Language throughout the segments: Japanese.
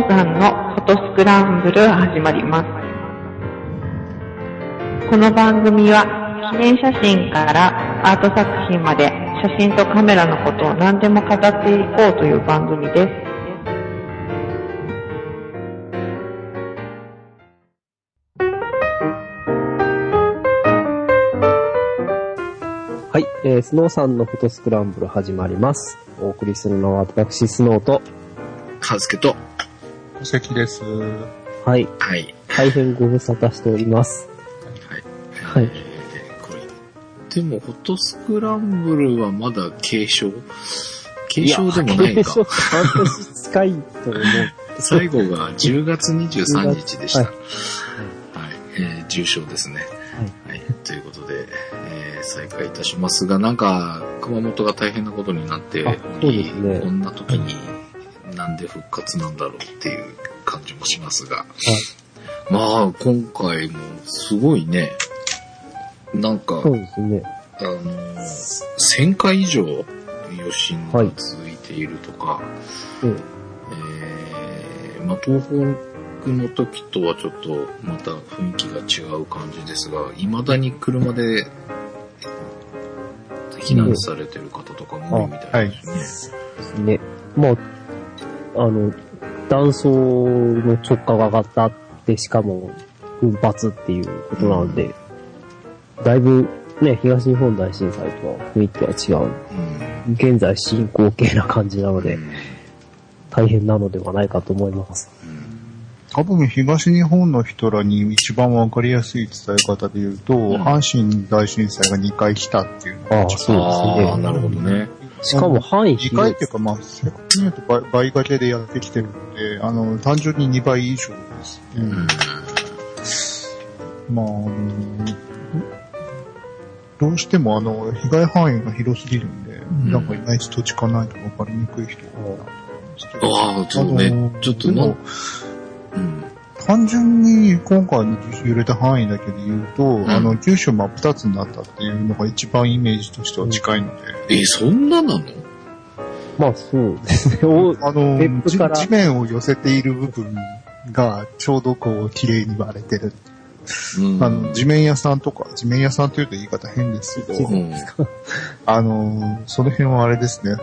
さんのフォトスクランブル始まります。この番組は記念写真からアート作品まで写真とカメラのことを何でも語っていこうという番組です。 はい、スノーさんのフォトスクランブル始まります。お送りするのは私スノーとカズケと小関です。 はい。 はい。 大変ご無沙汰しております。 はい。はい。これ、でも、フォトスクランブルはまだ継承でもないか。 継承って半年近いと思う。 最後が10月23日でした。はい。重賞ですね。はい。ということで、再開いたしますが、なんか、熊本が大変なことになっており、ね、こんな時になんで復活なんだろうっていう感じもしますが、まあ、今回もすごいね、なんか、 そうですね。 1000回以上余震が続いているとか、まあ、東北の時とはちょっとまた雰囲気が違う感じですが、未だに車で避難されてる方とかも多いみたいですね。 ですね。まあ、断層の直下が上がったって、しかも奮発っていうことなので、だいぶね、東日本大震災とは雰囲気は違う。現在進行形な感じなので、大変なのではないかと思います。 多分東日本の人らに一番わかりやすい伝え方で言うと、阪神大震災が2回来たっていうのが、 そうですね。 なるほどね。 しかも範囲 2回っていうか、まあ、正確に言うと倍掛けでやってきてるので、単純に2倍以上ですね。まあ、どうしても被害範囲が広すぎるんで、なんかいまいち土地勘ないとわかりにくい人が多いなと思うんですけど。 ああ、ちょっとね、ちょっとね。 単純に今回の揺れた範囲だけで言うと、九州真っ二つになったっていうのが一番イメージとしては近いので。 そんななの？ まあそうですね。 地面を寄せている部分がちょうどこう綺麗に割れてる。地面屋さんというと言い方変ですけど、その辺はあれですね、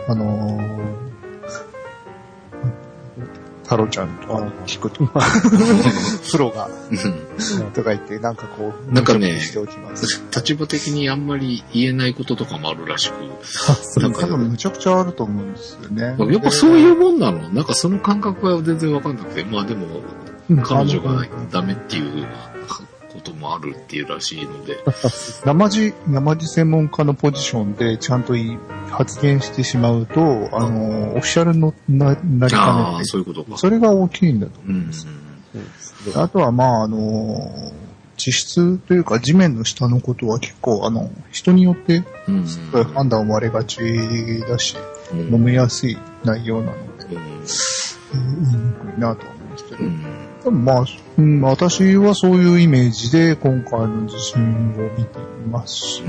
タロちゃんとか聞くとか、プロが、とか言って、なんかこう、 なんかね、 立場的にあんまり言えないこととかもあるらしく。 なんかむちゃくちゃあると思うんですよね。 やっぱそういうもんなの？なんかその感覚は全然わかんなくて、まあでも、彼女がダメっていうこともあるっていうらしいので。 生地専門家のポジションでちゃんと発言してしまうと、オフィシャルのなりかねて、 そういうことか。 それが大きいんだと思います。あとはまあ地質というか地面の下のことは結構人によって判断割れがちだし、揉めやすい内容なので、言いにくいなと思うんですけど。でもまあ、私はそういうイメージで今回の地震を見ていますし、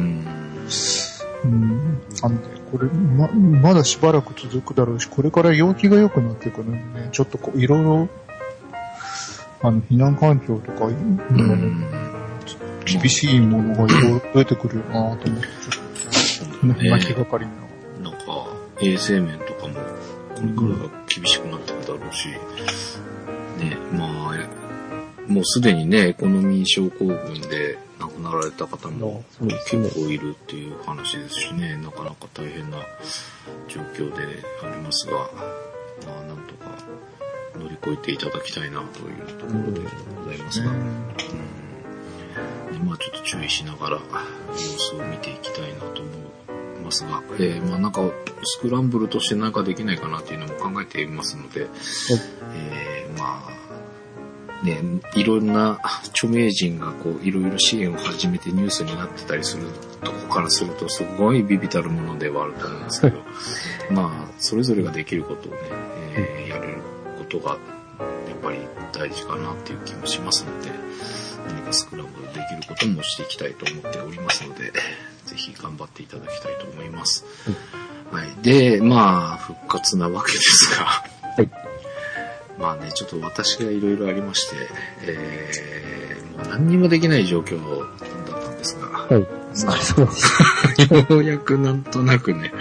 なんで、これ、まだしばらく続くだろうし、これから陽気が良くなっていくのでね、ちょっといろいろ、避難環境とか、厳しいものがいろいろ出てくるよなと思って、ちょっと、気がかりな。 なんか、衛生面とかも、これから厳しくなっていくだろうし、ね、まあ、もうすでにね、エコノミー症候群で亡くなられた方も結構いるっていう話ですしね、なかなか大変な状況でありますが、まあなんとか乗り越えていただきたいなというところでございますが、でまあちょっと注意しながら様子を見ていきたいなと思いますが、まあなんかスクランブルとして何かできないかなっていうのも考えていますので、まあね、いろんな著名人がこういろいろ支援を始めてニュースになってたりするとこからするとすごいビビたるものではあると思うんですけどまあそれぞれができることをね、やれることがやっぱり大事かなっていう気もしますので、何かスクランブルできることもしていきたいと思っておりますので、ぜひ頑張っていただきたいと思います。はい。で、まあ復活なわけですが、 はい。 まあね、ちょっと私がいろいろありまして、もう何にもできない状況だったんですが、 はい。 ようやくなんとなくね、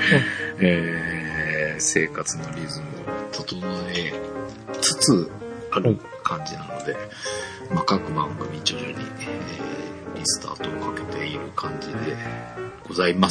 生活のリズムを整えつつある感じなので、まあ、各番組徐々に、リスタートをかけている感じでございます。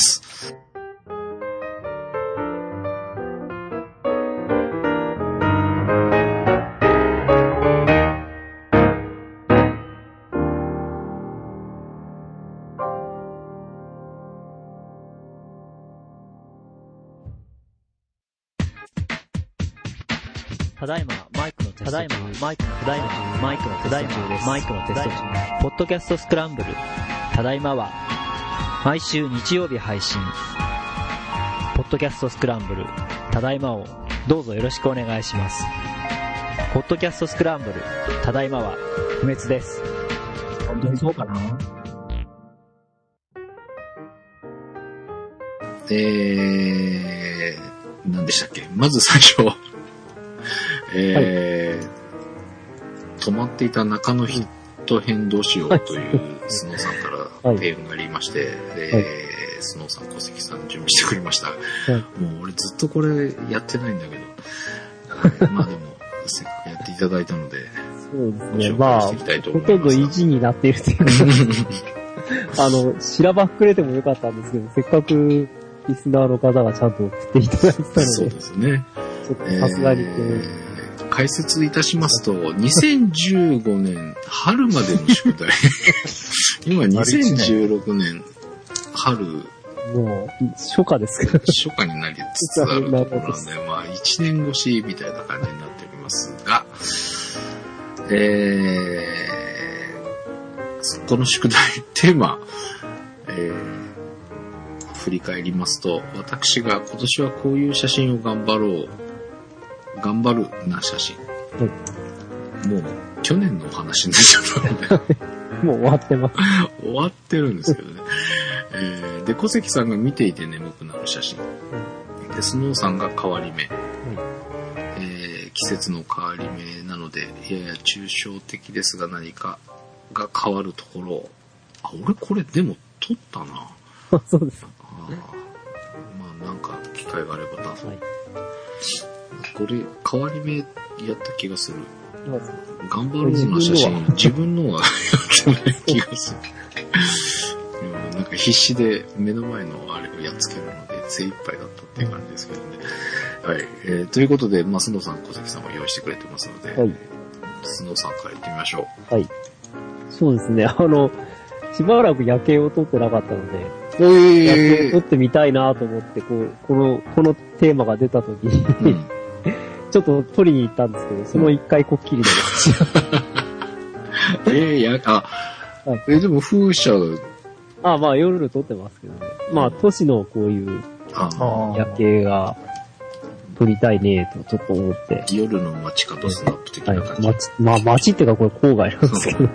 ただいまマイクのテスト中です。マイクのテスト中。ポッドキャストスクランブル。ただいまは毎週日曜日配信。ポッドキャストスクランブル。ただいまをどうぞよろしくお願いします。ポッドキャストスクランブル。ただいまは不滅です。 本当にそうかな？ 何でしたっけ？まず最初。止まっていた中のヒット編どうしようというスノーさんから提案がありまして、スノーさん、小関さん準備してくれました。もう俺ずっとこれやってないんだけど、まあでもせっかくやっていただいたので、 そうですね。まあ、ほとんど意地になっているというか、しらばっくれてもよかったんですけど、せっかくリスナーの方がちゃんと送っていただいてたので、 そうですね。 ちょっとさすがに解説いたしますと、2015年春までの宿題。今2016年春。 もう、初夏ですか？ 初夏になりつつあるところなんで、まあ1年越しみたいな感じになっておりますが、この宿題テーマ、振り返りますと、私が今年はこういう写真を頑張るな写真。もう去年のお話になっちゃったので。 もう終わってます。 終わってるんですけどね。で、小関さんが見ていて眠くなる写真。で、スノーさんが変わり目。季節の変わり目なので、やや抽象的ですが何かが変わるところ。あ、俺これでも撮ったな。 そうです。 まあなんか機会があれば出そう。これ変わり目やった気がする。頑張ろうな写真、自分のはやってない気がする。なんか必死で目の前のあれをやっつけるので精一杯だったっていう感じですけどね。はい。ということで、まあ、スノーさん、小関さんも用意してくれてますので、はい、スノーさんから行ってみましょう。 はい。そうですね。しばらく夜景を撮ってなかったので、夜景を撮ってみたいなと思って、このテーマが出た時に、ちょっと撮りに行ったんですけど、その一回こっきりで。 でも風車まあ夜撮ってますけどね。まあ都市のこういう夜景が撮りたいねとちょっと思って。 夜の街角スナップ的な感じ。 まあ街っていうかこれ郊外なんですけど。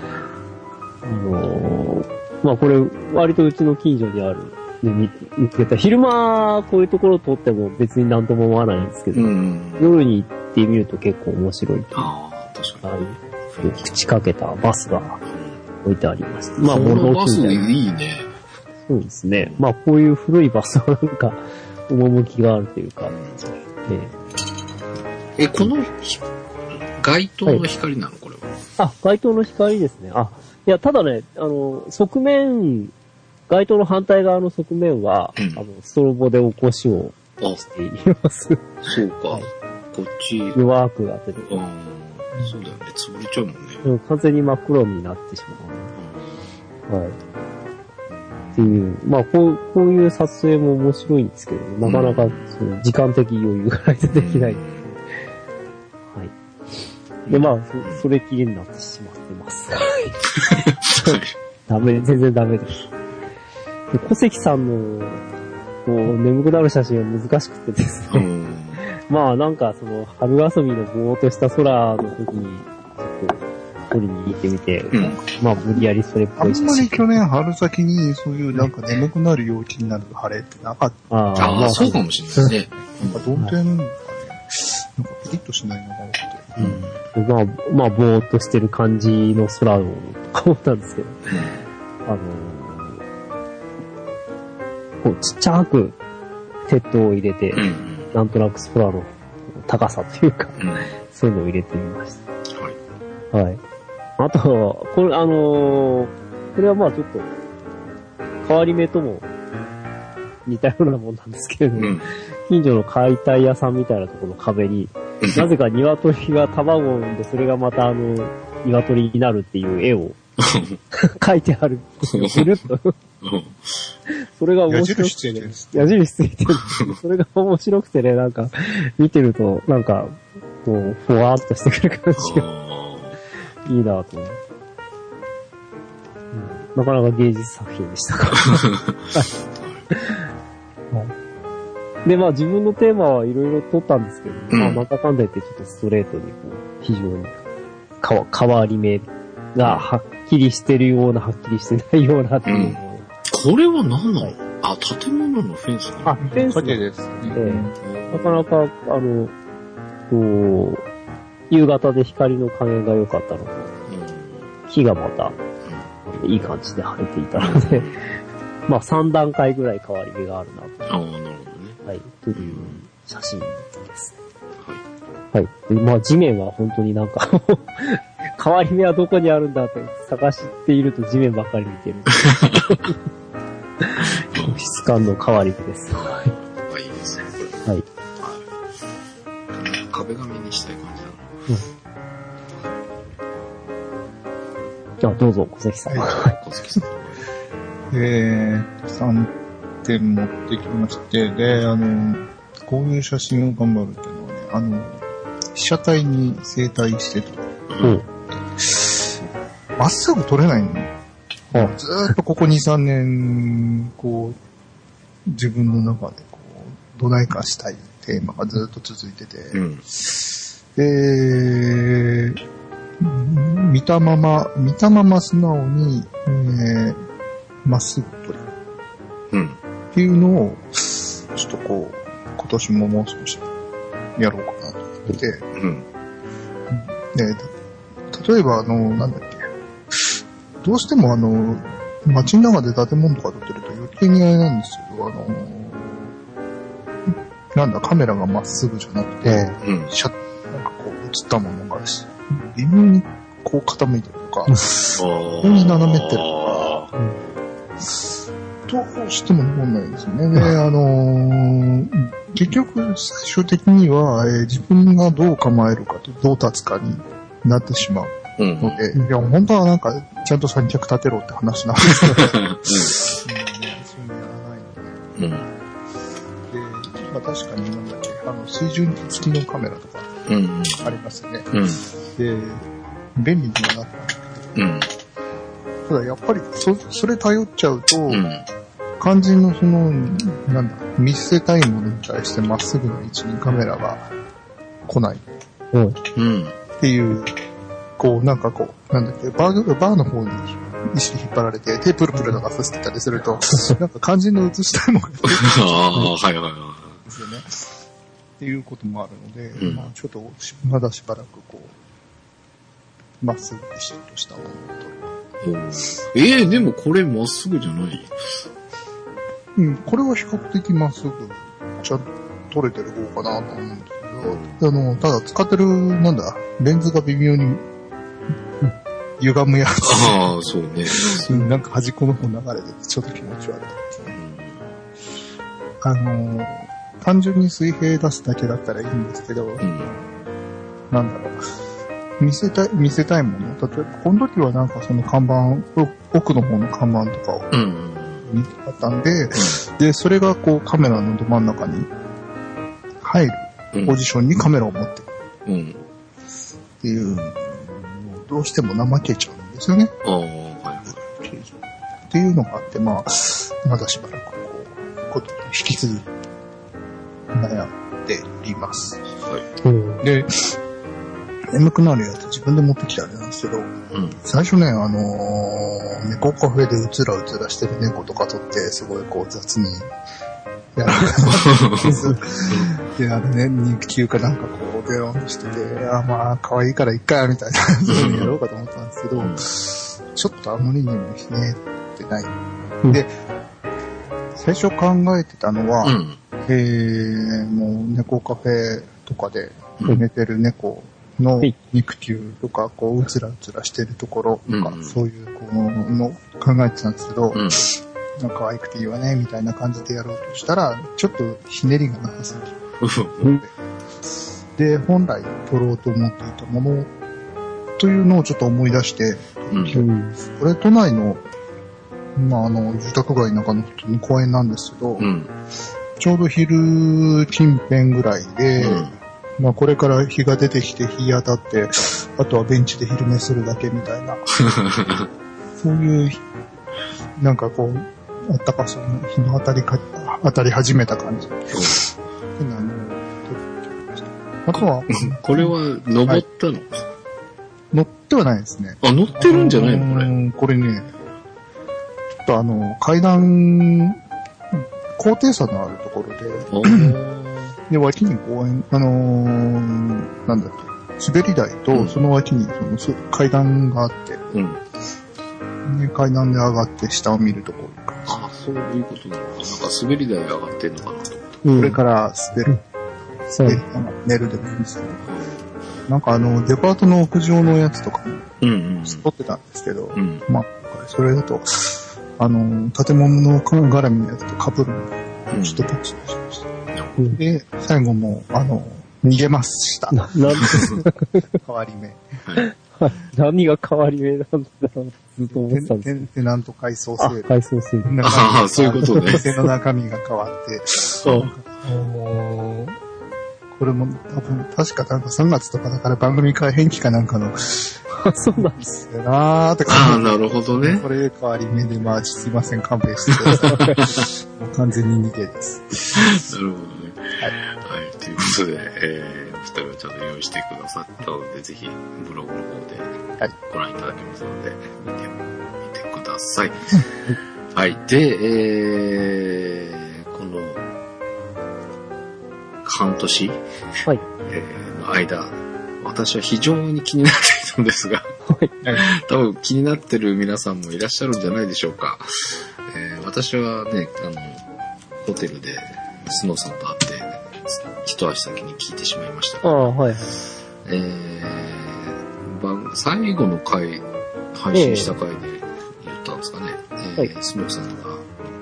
まあこれ割とうちの近所にある。見てた。昼間こういうところ撮っても別になんとも思わないんですけど、夜に行ってみると結構面白いという。 確かに。 口かけたバスが置いてあります。まあ、 このバスいいね。 そうですね。まあ、こういう古いバスはなんか、趣があるというか。 この街灯の光なの、これは。 街灯の光ですね。いや、ただね、側面、街灯の反対側の側面は、ストロボで起こしをしています。 そうか。こっち。 弱く当てて。 そうだよね。潰れちゃうもんね。 完全に真っ黒になってしまう。はい。っていう、まあこういう撮影も面白いんですけど、なかなかその時間的余裕がないとできない。はい。で、まあ、それきりになってしまってます。はい。全然ダメです。小関さんの、眠くなる写真は難しくてですね。まあなんか春遊びのぼーっとした空の時に、ちょっと撮りに行ってみて、まあ無理やりそれっぽい写真。 あんまり去年春先にそういうなんか眠くなる陽気になる晴れってなかった。 まあそうかもしれないね。 なんかどうやってなんかね、なんかピリッとしないのかなって。 まあ、ぼーっとしてる感じの空を思ったんですけど、こうちっちゃく鉄塔を入れて、なんとなく空の高さというか、そういうのを入れてみました。はい。あと、これはまあちょっと、変わり目とも似たようなもんなんですけれども、近所の解体屋さんみたいなところの壁に、なぜか鶏が卵を産んで、それがまた鶏になるっていう絵を書いてある。ぐるっと。それが面白くてね。矢印ついてる。それが面白くてね、なんか、見てると、なんか、こう、ふわーっとしてくる感じが、いいなと思う。なかなか芸術作品でしたから。で、まあ自分のテーマはいろいろ取ったんですけど、まあなんだかんだ言ってちょっとストレートにこう、非常に変わり目がはっきりしてるような、はっきりしてないようなっていうのを。 これは何なの？建物のフェンスかな？ フェンスです。 なかなか、こう、夕方で光の加減が良かったのと、木がまた、いい感じで生えていたので、まあ3段階ぐらい変わり目があるなと。 なるほどね。 はい、という写真です。はい。で、まあ地面は本当になんか変わり目はどこにあるんだって探していると地面ばっかり見てる。質感の変わり目です。はい。 いいですね。 はい。 壁紙にしたい感じだな。 じゃあどうぞ、小関さん。 小関さん。 3点持ってきまして、で、こういう写真を頑張るっていうのはね、被写体に正対してと。まっすぐ撮れないのね。ずーっとここ2、3年、こう、自分の中でこう、どないかしたいテーマがずっと続いてて、で、見たまま素直に、まっすぐ撮る。っていうのを、ちょっとこう、今年ももう少しやろうかなと思ってて、で、例えばなんだっけ、どうしても街の中で建物とか撮ってると余計にあれなんですけど、カメラがまっすぐじゃなくて、なんかこう映ったものが微妙にこう傾いてるとか、ここに斜めってるとか、どうしても残んないんですよね。で、結局最終的には、自分がどう構えるかとどう立つかになってしまうので、いや、本当はなんか、ちゃんと三脚立てろって話なんですけど、そういうのやらないので、で、まあ確かになんだっけ、水準付きのカメラとか、ありますよね。で、便利にはなったんだけど、ただやっぱりそれ頼っちゃうと、肝心の見せたいものに対してまっすぐの位置にカメラが来ない。っていう、こう、なんだっけ、バーの方に意識引っ張られて、手プルプルとかさせてたりすると、なんか肝心の映したいものが出てくる。 はいはいはい。 ですよね。っていうこともあるので、まあちょっと、まだしばらくこう、まっすぐビシッとしたものを撮る。 でもこれまっすぐじゃない？ これは比較的まっすぐ、ちゃんと撮れてる方かなと思うんですけど、ただ使ってる、レンズが微妙に、歪むやつ。 そうね。 なんか端っこの方流れててちょっと気持ち悪い。単純に水平出すだけだったらいいんですけど、見せたいもの、例えば、この時はなんかその看板、奥の方の看板とかを見てたんで、で、それがこうカメラのど真ん中に入るポジションにカメラを持ってる。っていうのをどうしても怠けちゃうんですよね。っていうのがあって、まだしばらく引き継ぎ悩んでおります。で、眠くなるやつ自分で持ってきたあれなんですけど、最初ね、猫カフェでうつらうつらしてる猫とか撮って、すごいこう雑にで、肉球かなんかこう、ベロンとしてて、まあ、可愛いからいっか、みたいな、そういうのやろうかと思ったんですけど、ちょっとあまりにもひねってない。で、最初考えてたのは、もう猫カフェとかで寝てる猫の肉球とか、こう、うつらうつらしてるところとか、そういうのを考えてたんですけど、可愛くていいわね、みたいな感じでやろうとしたら、ちょっとひねりがなさすぎる。で、本来撮ろうと思っていたものというのをちょっと思い出して、これ都内の、住宅街の中の普通の公園なんですけど、ちょうど昼近辺ぐらいで、これから日が出てきて日当たって、あとはベンチで昼寝するだけみたいな、そういう、なんかこう、あったかそうな日の当たり始めた感じ。あとは、 これは登ったの？ 乗ってはないですね。 乗ってるんじゃないのこれ。 これね、ちょっと階段、高低差のあるところで、で、脇に公園、なんだっけ、滑り台と、その脇に階段があって、で階段で上がって下を見るところ。 そういうことなのか。なんか滑り台上がってんのかなと思った。 これから滑る。寝るでもいいんですけど。なんかデパートの屋上のやつとかも、撮ってたんですけど、それだと、建物の絡みのやつと被るので、ちょっとポチッとしました。で、最後も逃げました。 なんで変わり目。 何が変わり目なんだろうずっと思ってたんですテナント改装制度。 改装制度。 そういうことね。 店の中身が変わって。これも多分、確かなんか3月とかだから番組改編期かなんかの。 そうなんですよなーって感じ。 なるほどね。 これ変わり目で、すいません、勘弁してください。もう完全に逃げです。 なるほどね。はい。ということで、お二人はちゃんと用意してくださったので、ぜひブログの方でご覧いただけますので、見てください。はい。で、この、半年の間、私は非常に気になっていたんですが、多分気になってる皆さんもいらっしゃるんじゃないでしょうか。私はね、ホテルでスノーさんと会って、一足先に聞いてしまいましたが、最後の回、配信した回で言ったんですかね、スノーさんが、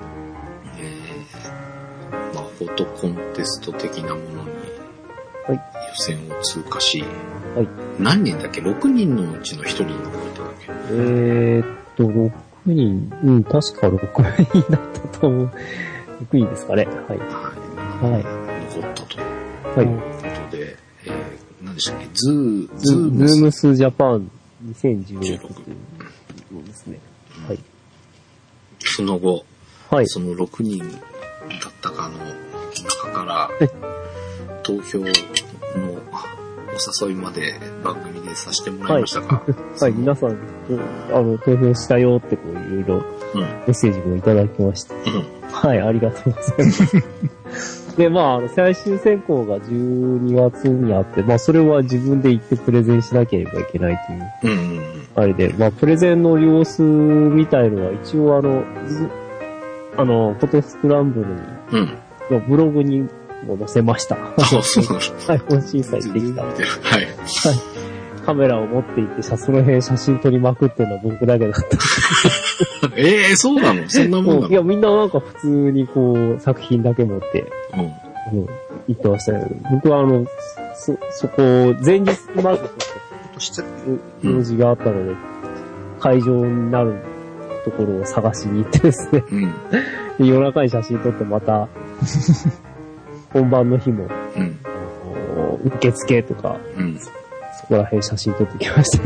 フォトコンテスト的なものに予選を通過し、何人だっけ ?6 人のうちの1人に残っただっけ 6人、確か6人だったと思う。6人ですかね。 残ったと。いうことで、何でしたっけズームスジャパン2016ですね。 その後、その6人だったかの中から投票のお誘いまで番組でさせてもらいましたか？ 皆さん、投票したよってこういろいろメッセージもいただきました。ありがとうございます。で、最終選考が12月にあって、それは自分で行ってプレゼンしなければいけないという、あれで、プレゼンの様子みたいのは一応フォトスクランブルに、ブログにも載せました。 そうなの。 本審査行ってきた。カメラを持って行ってその辺写真撮りまくってるのは僕だけだった。 そうなの？そんなもんなの？ いや、みんななんか普通に作品だけ持って、行ってましたけど、僕はそこ、前日にまず用事があったので、会場になるところを探しに行ってですね、で夜中に写真撮ってまた、本番の日も、受付とか、そこら辺写真撮ってきまして、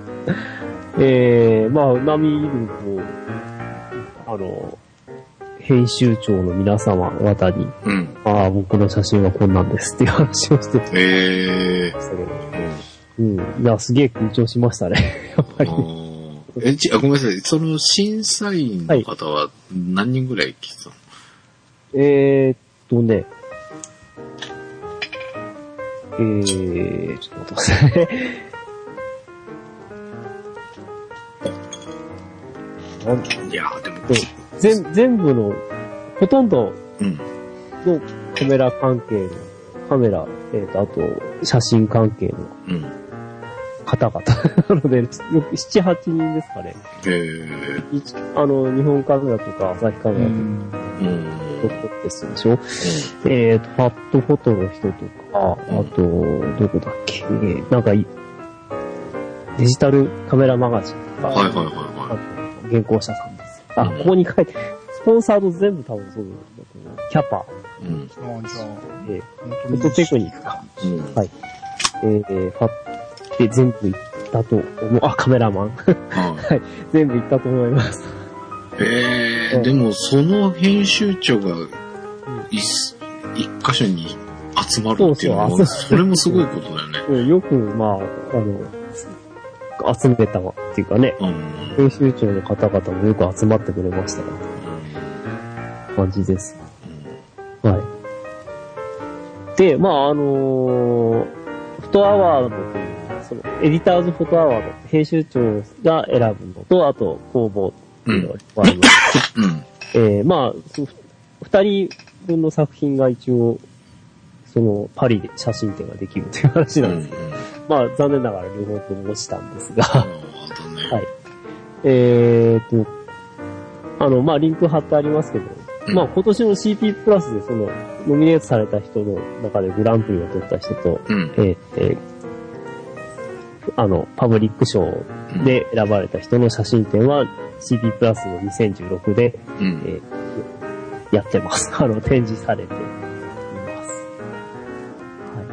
波いる編集長の皆様方に、僕の写真はこんなんですっていう話をしてて、いや、すげえ緊張しましたね、やっぱり。 ごめんなさい、その審査員の方は何人ぐらい来てたの？ ね。ちょっと待ってください。 いやでも全部の、ほとんどのカメラ関係の、カメラ、あと、写真関係の方々なので、よく7、8人ですかね。日本カメラとか朝日カメラとか、撮ってするでしょ。ファットフォトの人とか、あと、どこだっけ、なんか、デジタルカメラマガジンとか、原稿者さんです。ここに書いて、スポンサード全部多分そうだキャパ。フォトテクニックか。はい。ファッで全部行ったと思う。カメラマン。はい。全部行ったと思います。 でもその編集長が一箇所に集まるっていうのは、それもすごいことだよね。 よく、集めたっていうかね、編集長の方々もよく集まってくれましたから感じです。はい。で、フォトアワードという、そのエディターズフォトアワード、編集長が選ぶのと、あと公募っていうのがあります。二人分の作品が一応、そのパリで写真展ができるという話なんですけど、残念ながら両方とも落ちたんですが、はい。リンク貼ってありますけど、今年の CP プラスでその、ノミネートされた人の中でグランプリを取った人と、パブリック賞で選ばれた人の写真展は CP プラスの2016で、やってます。展示されています。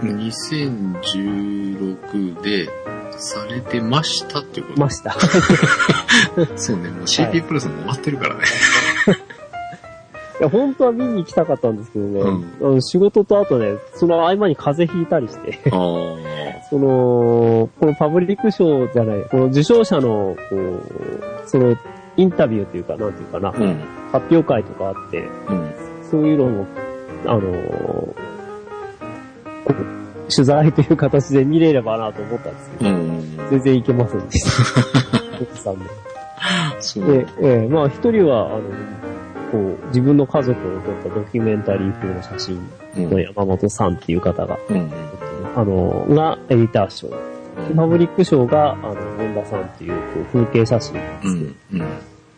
はい、2016でされてましたっていうこと？ ました。 そうね、もう CP プラスも終わってるからね。 いや、本当は見に行きたかったんですけどね、仕事とあとね、その合間に風邪ひいたりして、このパブリック賞じゃない、この受賞者の、その、インタビューというか、なんていうかな、発表会とかあって、そういうのも、取材という形で見れればなと思ったんですけど、全然行けませんでした。で、一人は、自分の家族を撮ったドキュメンタリー風の写真の山本さんっていう方が、がエディター賞。パブリック賞が、本田さんっていう風景写真なんですけど、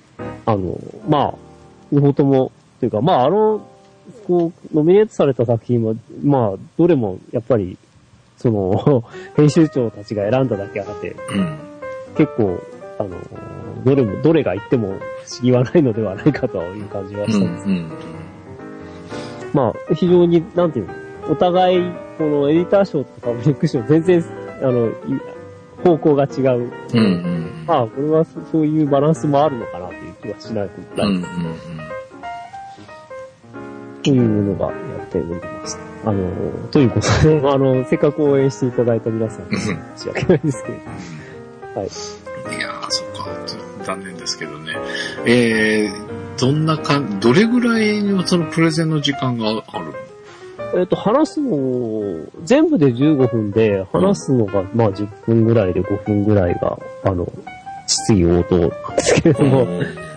両方とも、というか、ノミネートされた作品は、どれも、やっぱり、その、編集長たちが選んだだけあって、結構、どれが言っても不思議はないのではないかという感じはしたんですけど。非常に、なんていうの、お互い、このエディター賞とパブリック賞、全然、方向が違う。これはそういうバランスもあるのかなという気はしないとないです。というのがやっておりました。ということで、せっかく応援していただいた皆さん、申し訳ないですけど。はい。 いやー、そっか、残念ですけどね。どれぐらいのそのプレゼンの時間があるの？ 話すの、全部で15分で、話すのが、10分ぐらいで5分ぐらいが、質疑応答なんですけれども、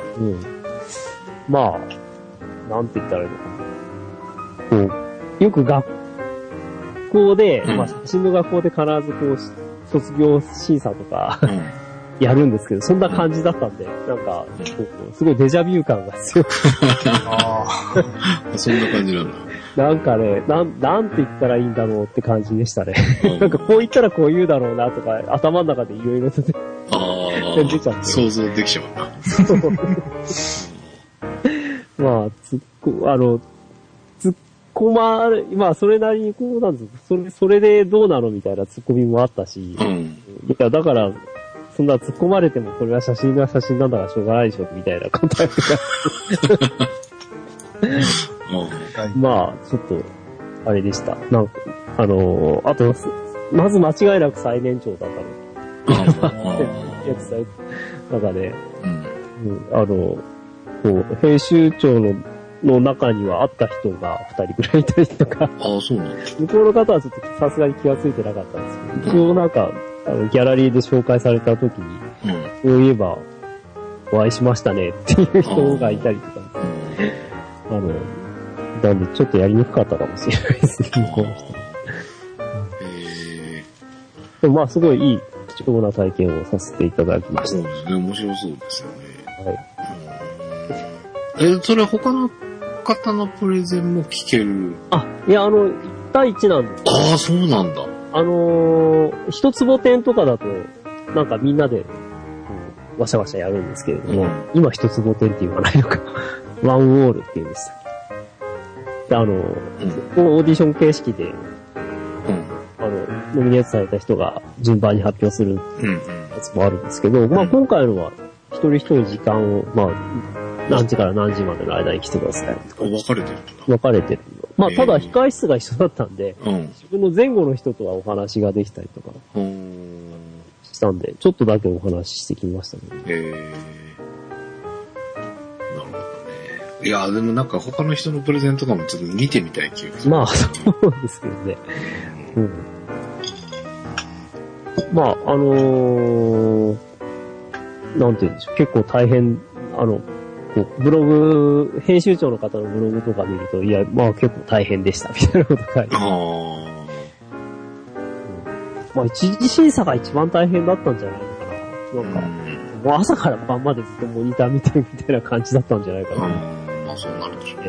なんて言ったらいいのかな。よく学校で、写真の学校で必ず卒業審査とか、やるんですけど、そんな感じだったんで、なんか、すごいデジャビュー感が強くて。 そんな感じなんだ。 なんかね、なんて言ったらいいんだろうって感じでしたね。なんかこう言ったらこう言うだろうなとか、頭の中でいろいろと出ちゃって。 想像できちゃうな。 突っ込まれ、それなりにこうなんですよ。それでどうなのみたいな突っ込みもあったし、いや、だから、そんな突っ込まれてもこれは写真が写真なんだからしょうがないでしょ、みたいな答えが。ちょっと、あれでした。なんか、あと、まず間違いなく最年長だったの。中で、編集長のの中には会った人が2人ぐらいいたりとか。 ああ、そうなんです。 向こうの方はちょっとさすがに気がついてなかったんですけど、一応なんか、ギャラリーで紹介された時に、そういえば、お会いしましたねっていう人がいたりとか、なんでちょっとやりにくかったかもしれないですね、向こうの人。でもまあすごいいい貴重な体験をさせていただきました。 そうですね、面白そうですよね。 はい。 それ他の方のプレゼンも聞ける？ いや、1対1なんです。 ああ、そうなんだ。 一坪店とかだと、なんかみんなで、わしゃわしゃやるんですけれども、今一坪店って言わないのか、ワンウォールって言うんです。で、オーディション形式で、ノミネートされた人が順番に発表するやつもあるんですけど、まあ今回のは一人一人時間を、まあ、何時から何時までの間に来てくださいとか。 分かれてるんだ。 分かれてる。まあただ控室が一緒だったんで、自分の前後の人とはお話ができたりとかしたんで、ちょっとだけお話ししてきましたね。 なるほどね。いや、でもなんか他の人のプレゼントとかもちょっと見てみたい気がする。 まあそうですけどね。まあなんて言うんでしょう。結構大変、ブログ、編集長の方のブログとか見ると、いや、まあ結構大変でした、みたいなこと書いてまあ一次審査が一番大変だったんじゃないのかな。なんか、もう朝から晩までずっとモニター見てるみたいな感じだったんじゃないかな。 まあそうなるでしょうね。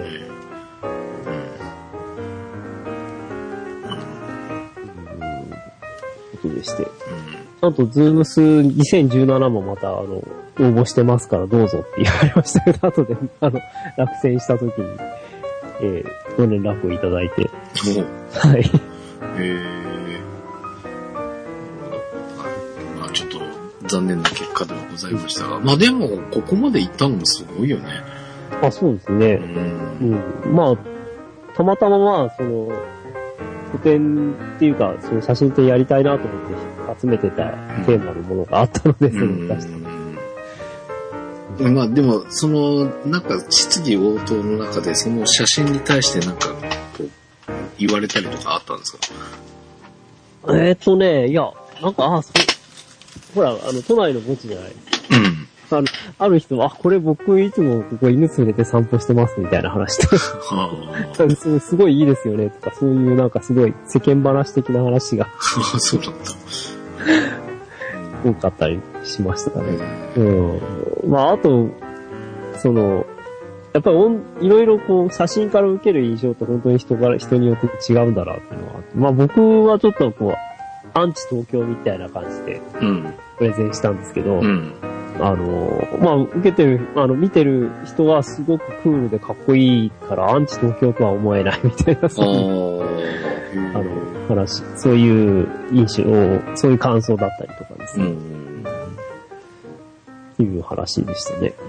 ことでして。ちゃんとズームス2017もまた応募してますからどうぞって言われましたけど、後で落選した時に、ご連絡をいただいて。はい。 まあちょっと残念な結果ではございましたが、まあでもここまで行ったのもすごいよね。 そうですね。まあたまたままあ個展っていうか、その写真展やりたいなと思って集めてたテーマのものがあったので、それを出した。 まあでも、なんか質疑応答の中で、その写真に対してなんか、こう、言われたりとかあったんですか？ いや、なんか、ほら、都内の墓地じゃない。ある人は、これ僕いつもここ犬連れて散歩してますみたいな話とすごいいいですよねとか、そういうなんかすごい世間話的な話がそうだった多かったりしましたね。まああと、やっぱりいろいろこう写真から受ける印象と本当に人によって違うんだなっていうのはあって、まあ僕はちょっとこう、アンチ東京みたいな感じでプレゼンしたんですけど、まあ、受けてる、見てる人はすごくクールでかっこいいから、アンチ東京とは思えないみたいな、そういう話、そういう印象、そういう感想だったりとかですね。っていう話でしたね。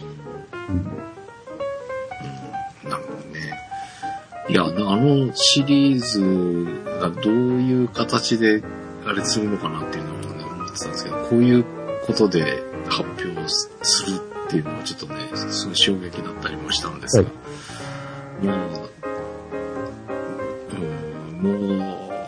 なるほどね。いや、シリーズがどういう形であれするのかなっていうのをね、思ってたんですけど、こういうことで発表するっていうのはちょっとね、すごい衝撃だったりもしたんですが、もう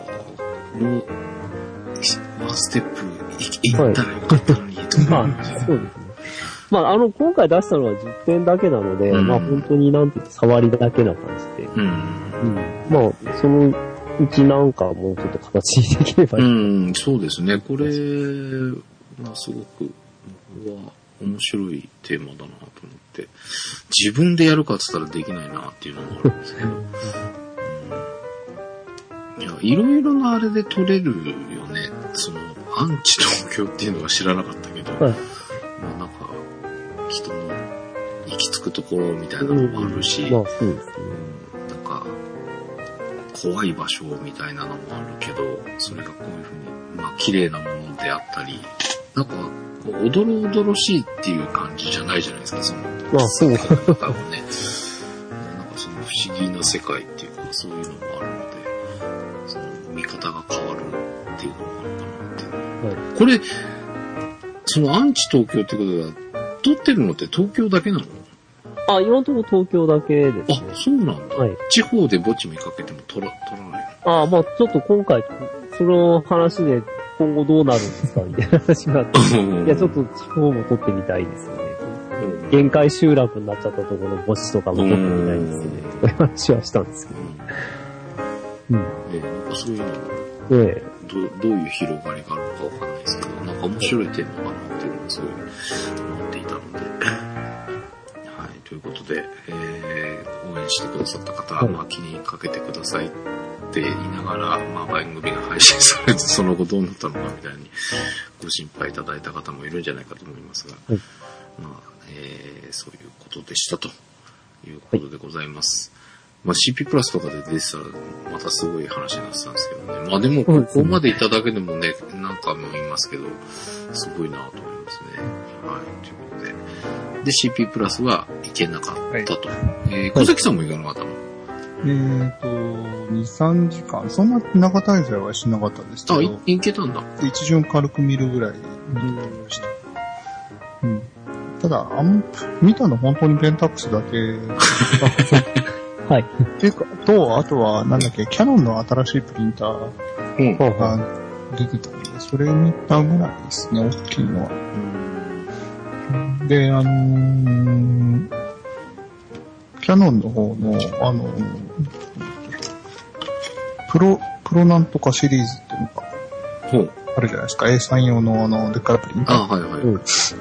ワンステップいったらよかったのにと思うんですよ。 そうですね。まあ、今回出したのは10点だけなので、まあ本当になんていうか触りだけな感じで、まあ、そのうちなんかもうちょっと形にできればいい。 そうですね。これはすごく面白いテーマだなと思って、自分でやるかって言ったらできないなっていうのもあるんですけど、いろいろなあれで撮れるよね。アンチ東京っていうのは知らなかったけど、まあなんか人の行き着くところみたいなのもあるし、 まあそうですね。 なんか怖い場所みたいなのもあるけど、それがこういうふうにまあ綺麗なものであったり、なんかおどろおどろしいっていう感じじゃないじゃないですか、 まあそう。 中をね、なんかその不思議な世界っていうかそういうのもあるので、見方が変わるっていうのもあるかなっていう。これアンチ東京ってことは撮ってるのって東京だけなの？ あ、今のところ東京だけですね。 あ、そうなんだ。 はい。 地方で墓地見かけても取らないあ、まあちょっと今回、その話で今後どうなるんですかみたいな話があって。いや、ちょっと地方も取ってみたいですよね。限界集落になっちゃったところの墓地とかも取ってみたいですね。そういう話はしたんですけど。うん。 なんかそういうので、 どういう広がりがあるのかわかんないですけど、なんか面白い点のかなっていうのがすごい思っていたので。はい、ということで、応援してくださった方は、まあ気にかけてくださいって言いながら、まあ番組が配信されず、その後どうなったのかみたいにご心配いただいた方もいるんじゃないかと思いますが、まあ、そういうことでしたということでございます。まあ CP プラスとかで出てたらまたすごい話になってたんですけどね。まあでもここまでいただけでもね、何回も言いますけど、すごいなと思いますね。はい、ということで。で CP プラスは行けなかったと。小崎さんも行かなかったの ？2、3時間。そんな長滞在はしなかったんですけど。 あ、行けたんだ。 一巡軽く見るぐらい見てました。うん。ただ、見たの本当にペンタックスだけ。 はい。 っていうか、あとは、なんだっけ、キャノンの新しいプリンターが出てたんで、それ見たぐらいですね、大きいのは。で、キャノンの方の、プロなんとかシリーズっていうのが、あるじゃないですか、A3 用のでっかいプリンター。 あ、はいはい。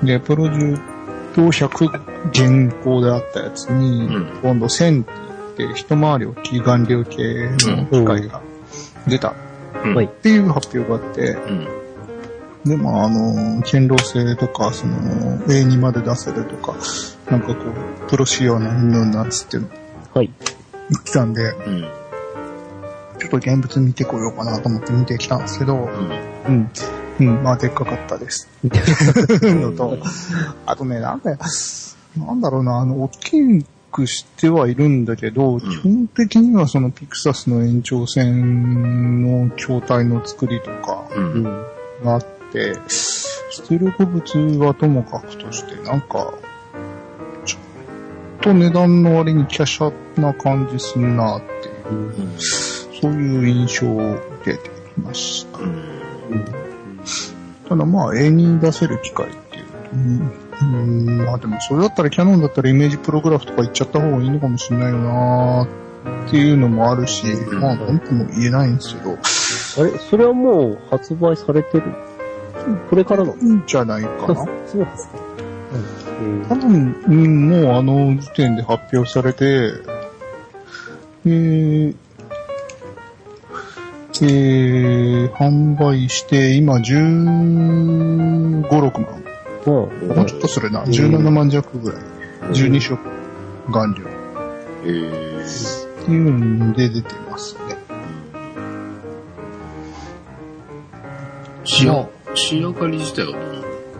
で、プロジュート100現行であったやつに、今度1000って言って、一回り大きい顔料系の機械が出たっていう発表があって、で、まあ、堅牢性とか、A2 まで出せるとか、なんかこう、プロ仕様のなんつって、言ってたんで、ちょっと現物見てこようかなと思って見てきたんですけど、まあ、でっかかったです。のと、あとね、なんだろうな、大きくしてはいるんだけど、基本的にはそのピクサスの延長線の筐体の作りとかがあって、出力物はともかくとして、なんか、ちょっと値段の割に華奢な感じすんなっていう、そういう印象を受けてきました。ただまあ A2 出せる機械っていうと、まあでもそれだったらキャノンだったらイメージプログラフとか言っちゃった方がいいのかもしれないよなっていうのもあるし、まあなんとも言えないんですけど。 あれそれはもう発売されてる？これからの？ じゃないかな。 そうですか。 多分、もう時点で発表されて、販売して、今15、6万。もうちょっとするな。17万弱ぐらい。12色顔料。っていうので出てますね。 仕上がり自体はど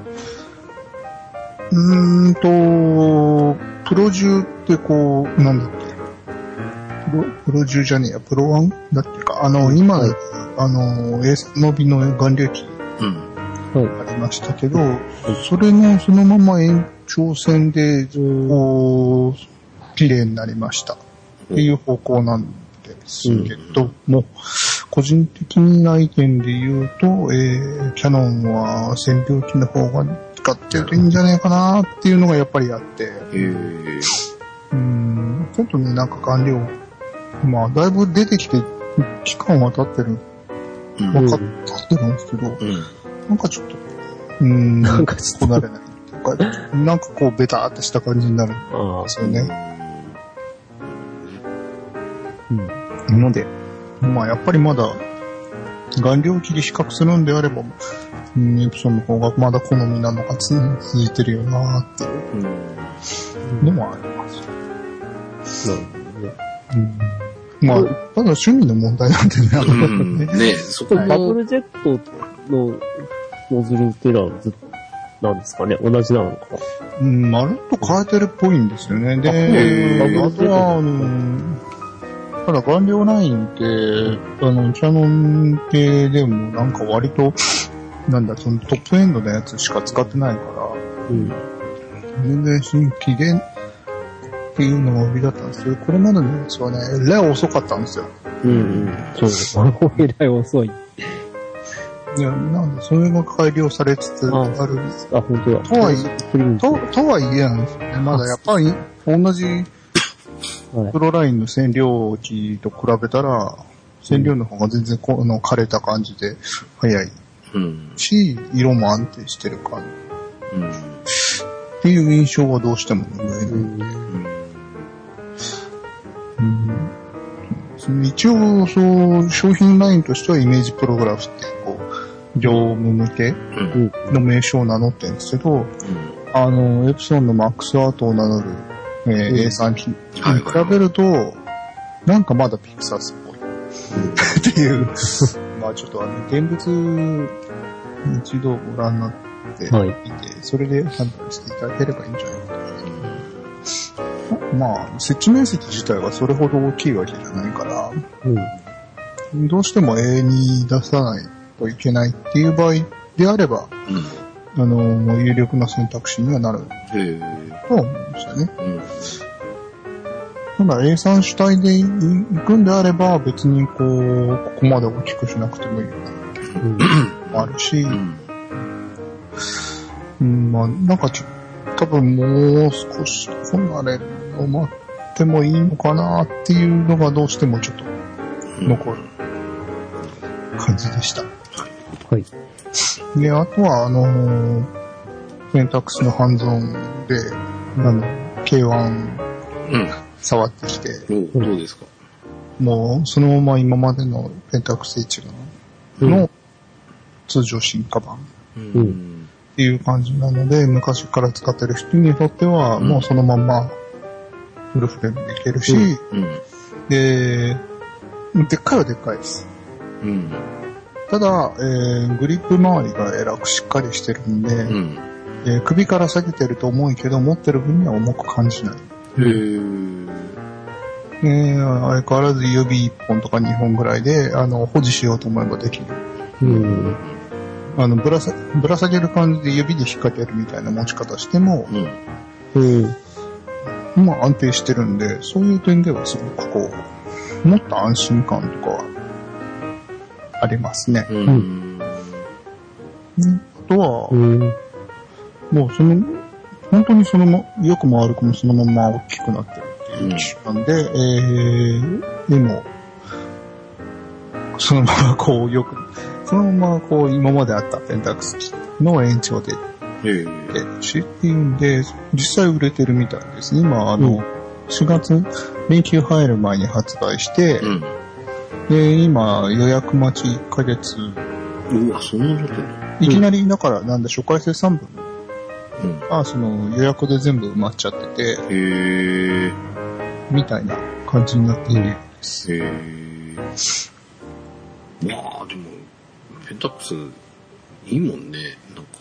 うプロジュってこう、なんだっけ。プロジュじゃねえや、プロワンだっけか。今、A3 のびの顔料機、ありましたけど、それのそのまま延長線で、こう、綺麗になりました。っていう方向なんですけども、個人的な意見で言うと、キャノンは線量機の方が使ってるといいんじゃないかなっていうのがやっぱりあって、ちょっとね、なんか顔料、まあ、だいぶ出てきて、期間は経ってる。分かってるんですけど、なんかちょっと、なんかちょっとこなれない。なんかこう、ベターってした感じになるんですよね。なので、まあ、やっぱりまだ、顔料機で比較するんであれば、エプソンの方がまだ好みなのが続いてるよなーっていうのもあります。まあ、ただ趣味の問題なんでね。 ね、そこバブルジェットのノズルっていうのはなんですかね、同じなのかな。 まるっと変えてるっぽいんですよね。で、あとは、ただ顔料ラインって、キャノン系でもなんか割と、そのトップエンドのやつしか使ってないから、全然新規で、 っていうのが売りだったんですけど、これまでのやつはね、えらい遅かったんですよ。 そうです。えらい遅い。 いや、なんで、それが改良されつつある。 あ、本当だ。 とはいえなんですよね。まだやっぱり、同じ、プロラインの染料機と比べたら、染料の方が全然枯れた感じで早いし、色も安定してる感じ。っていう印象はどうしても上に。一応、商品ラインとしてはイメージプログラフって業務向けの名称を名乗ってるんですけど、エプソンのマックスアートを名乗る、A3 機に比べると、なんかまだピクサスっぽい。っていう、まあちょっと現物一度ご覧になってみて、それで判断していただければいいんじゃないかと思います。まあ、設置面積自体はそれほど大きいわけじゃないから、どうしても永遠に出さないといけないっていう場合であれば、有力な選択肢にはなると思うんですよね。ただ A3 主体で行くんであれば、別にここまで大きくしなくてもいいようなもあるし、まあ、なんか多分もう少し離れるの待ってもいいのかなっていうのがどうしてもちょっと残る感じでした。 はい。 で、あとはペンタックスのハンズオンで、K1、触ってきて。 どうですか？ もう、そのまま今までのペンタックス H の通常進化版っていう感じなので、昔から使ってる人にとっては、もうそのままフルフレームでいけるし、でっかいはでっかいです。ただ、グリップ周りがえらくしっかりしてるんで、首から下げてると重いけど、持ってる分には重く感じない。相変わらず指1本とか2本ぐらいで、保持しようと思えばできる。ぶら下げる感じで指で引っ掛けるみたいな持ち方しても、まあ安定してるんで、そういう点ではすごくもっと安心感とかはありますね。あとは、もう本当に良くも悪くもそのまま大きくなってるっていう機種なんで、でも、そのままそのまま今まであったペンタックスの延長で出るしっていうんで、実際売れてるみたいですね。今、4月、連休入る前に発売して、で、今、予約待ち1ヶ月。 うわ、そんなこといきなり、だから、初回生産分が、予約で全部埋まっちゃってて、みたいな感じになっているんです。 まあ、でも、ペンタックス、いいもんね。なんか、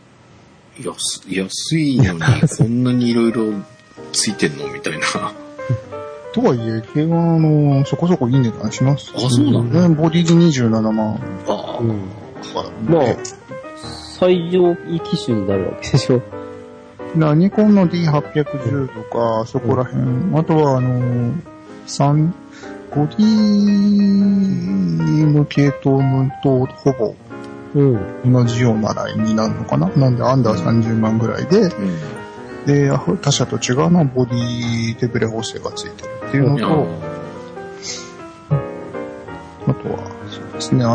安いのにこんなにいろいろついてんのみたいな。 とはいえ、K1 はそこそこいい値段します。 あ、そうなの？ ボディで27万。 まあ、最上位機種になるわけでしょ。 ニコンの D810 とか、そこら辺。あとは、ボディの系統とほぼ同じようなラインになるのかな。なんでアンダー30万ぐらいで、で、他社と違うのはボディ手ブレ補正がついてるっていうのと、あとは、そうですね、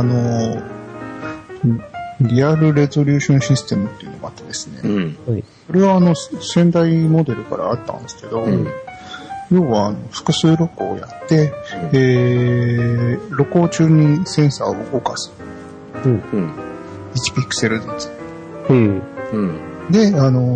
リアルレゾリューションシステムっていうのがあってですね、これは先代モデルからあったんですけど、要は複数録音をやって、録音中にセンサーを動かす。1ピクセルずつ。で、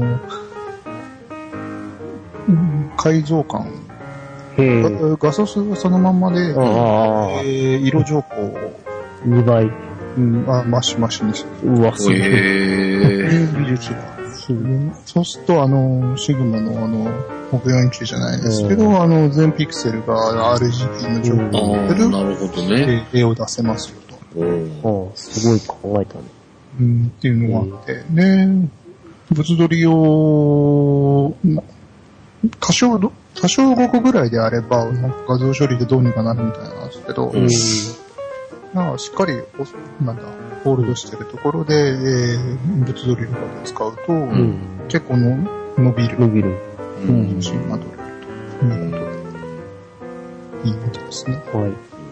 解像感。画素数はそのまんまで、色情報を 2倍。 マシマシにする。 うわ、すごい。 技術が。そうすると、シグマの649じゃないですけど、全ピクセルが RGB の情報を出る。 なるほどね。 絵を出せますよと。 すごい考えたね。 っていうのがあって。で、物撮りを、多少多少動くぐらいであれば、なんか画像処理でどうにかなるみたいなんですけど、まあ、しっかり、なんだ、ホールドしてるところで、物ドリルとかで使うと、結構伸びる。写真が撮れるということで、いいことですね。 はい。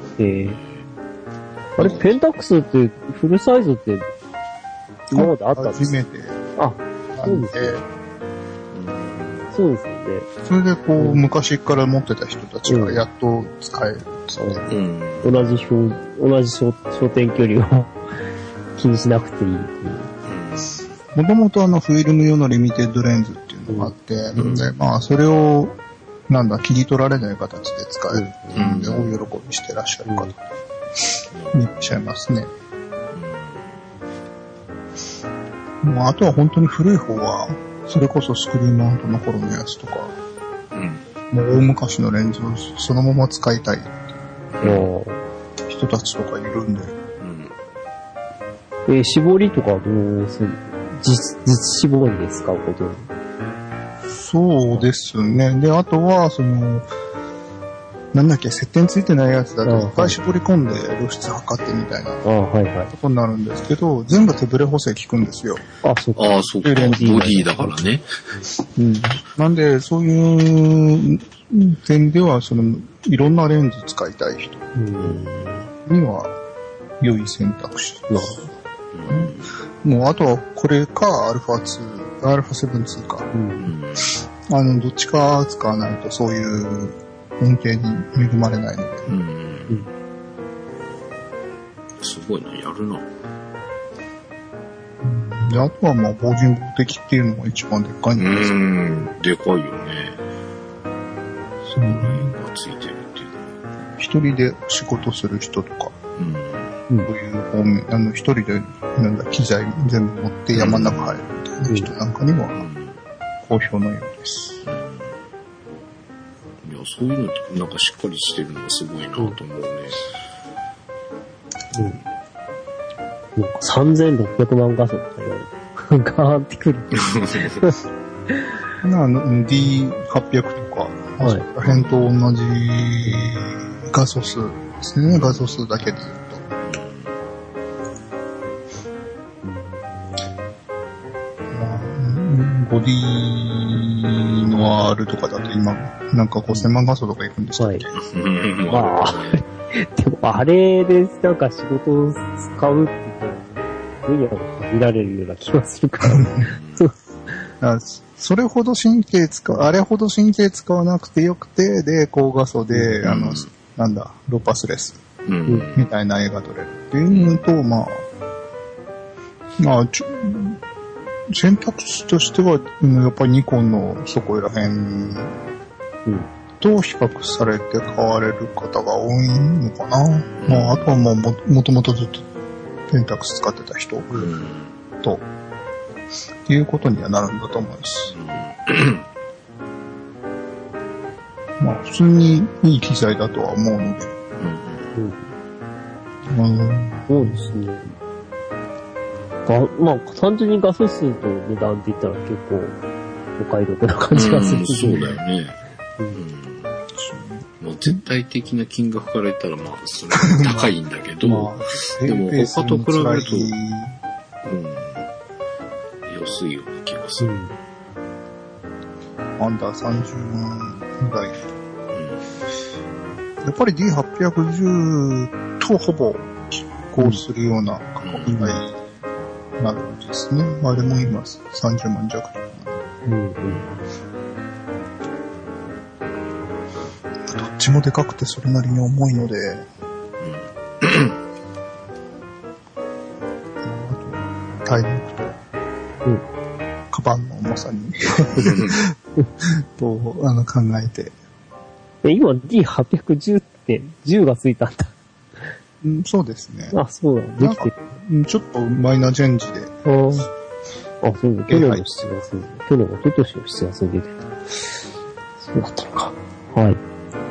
あれ、ペンタックスってフルサイズって今まであったんですか？ 初めて。 あ、そうですね。そうですよね。 それでこう、昔から持ってた人たちがやっと使えるんですよね。 同じ焦点距離を気にしなくていい。 もともとフィルム用のリミテッドレンズっていうのがあって、でまあそれを、なんだ、切り取られない形で使えるっていうので、大喜びしてらっしゃる方いらっしゃいますね。もうあとは本当に古い方は、それこそスクリーンマウントの頃のやつとか、もう大昔のレンズをそのまま使いたいっていう人たちとかいるんで。 絞りとかどうする？実絞りで使うこと？ そうですね。で、あとは、なんだっけ、接点ついてないやつだと、いっぱい絞り込んで露出測ってみたいな、ことになるんですけど、全部手ブレ補正効くんですよ。 そうか。ボディだからね。 なんで、そういう点では、いろんなレンズ使いたい人には、良い選択肢。もう、あとは、これか、α7-2 か。どっちか使わないと、そういう恩恵に恵まれないので。 すごいな、やるな。 で、あとはまあ、法人法的っていうのが一番でっかいんですでかいよね。そのラインがついてるっていうのは。 一人で仕事する人とか、こういう方面、一人で、機材全部持って山の中入るみたいな人なんかには、好評のようです。 いや、そういうのってなんかしっかりしてるのがすごいなと思うね。 なんか3600万画素とか言われて、ガーンってくる。 D800 とか、そこら辺と同じ画素数ですね。画素数だけで言うと。ボディの R とかだと今、なんか5000万画素とかいくんですけど。 まあ、でもあれでなんか仕事を使うって分野が限られるような気がするから。 それほどあれほど神経使わなくてよくて、で、高画素で、ローパスレス、みたいな絵が撮れるっていうのと、選択肢としては、やっぱりニコンのそこら辺と比較されて買われる方が多いのかな。あとはもともとずっとペンタックス使ってた人と、っていうことにはなるんだと思います。普通にいい機材だとは思うので。 そうですね。単純に画素数と値段って言ったら結構お買い得な感じがする。 そうだよね。絶対的な金額から言ったらそれは高いんだけど、でも他と比べると、安いような気がする。 アンダー30万ぐらい。やっぱり D810 とほぼ拮抗するような価格帯なるんですね。あれも今30万弱とか。どっちもでかくてそれなりに重いので、あと体力と、カバンの重さにと考えて。 今 D810 って10がついたんだ。 そうですね。 そうだ。できてる。ちょっとマイナーチェンジで。 そうだ。去年の7月に、去年、一昨年の7月に出てた。そうだったのか。はい。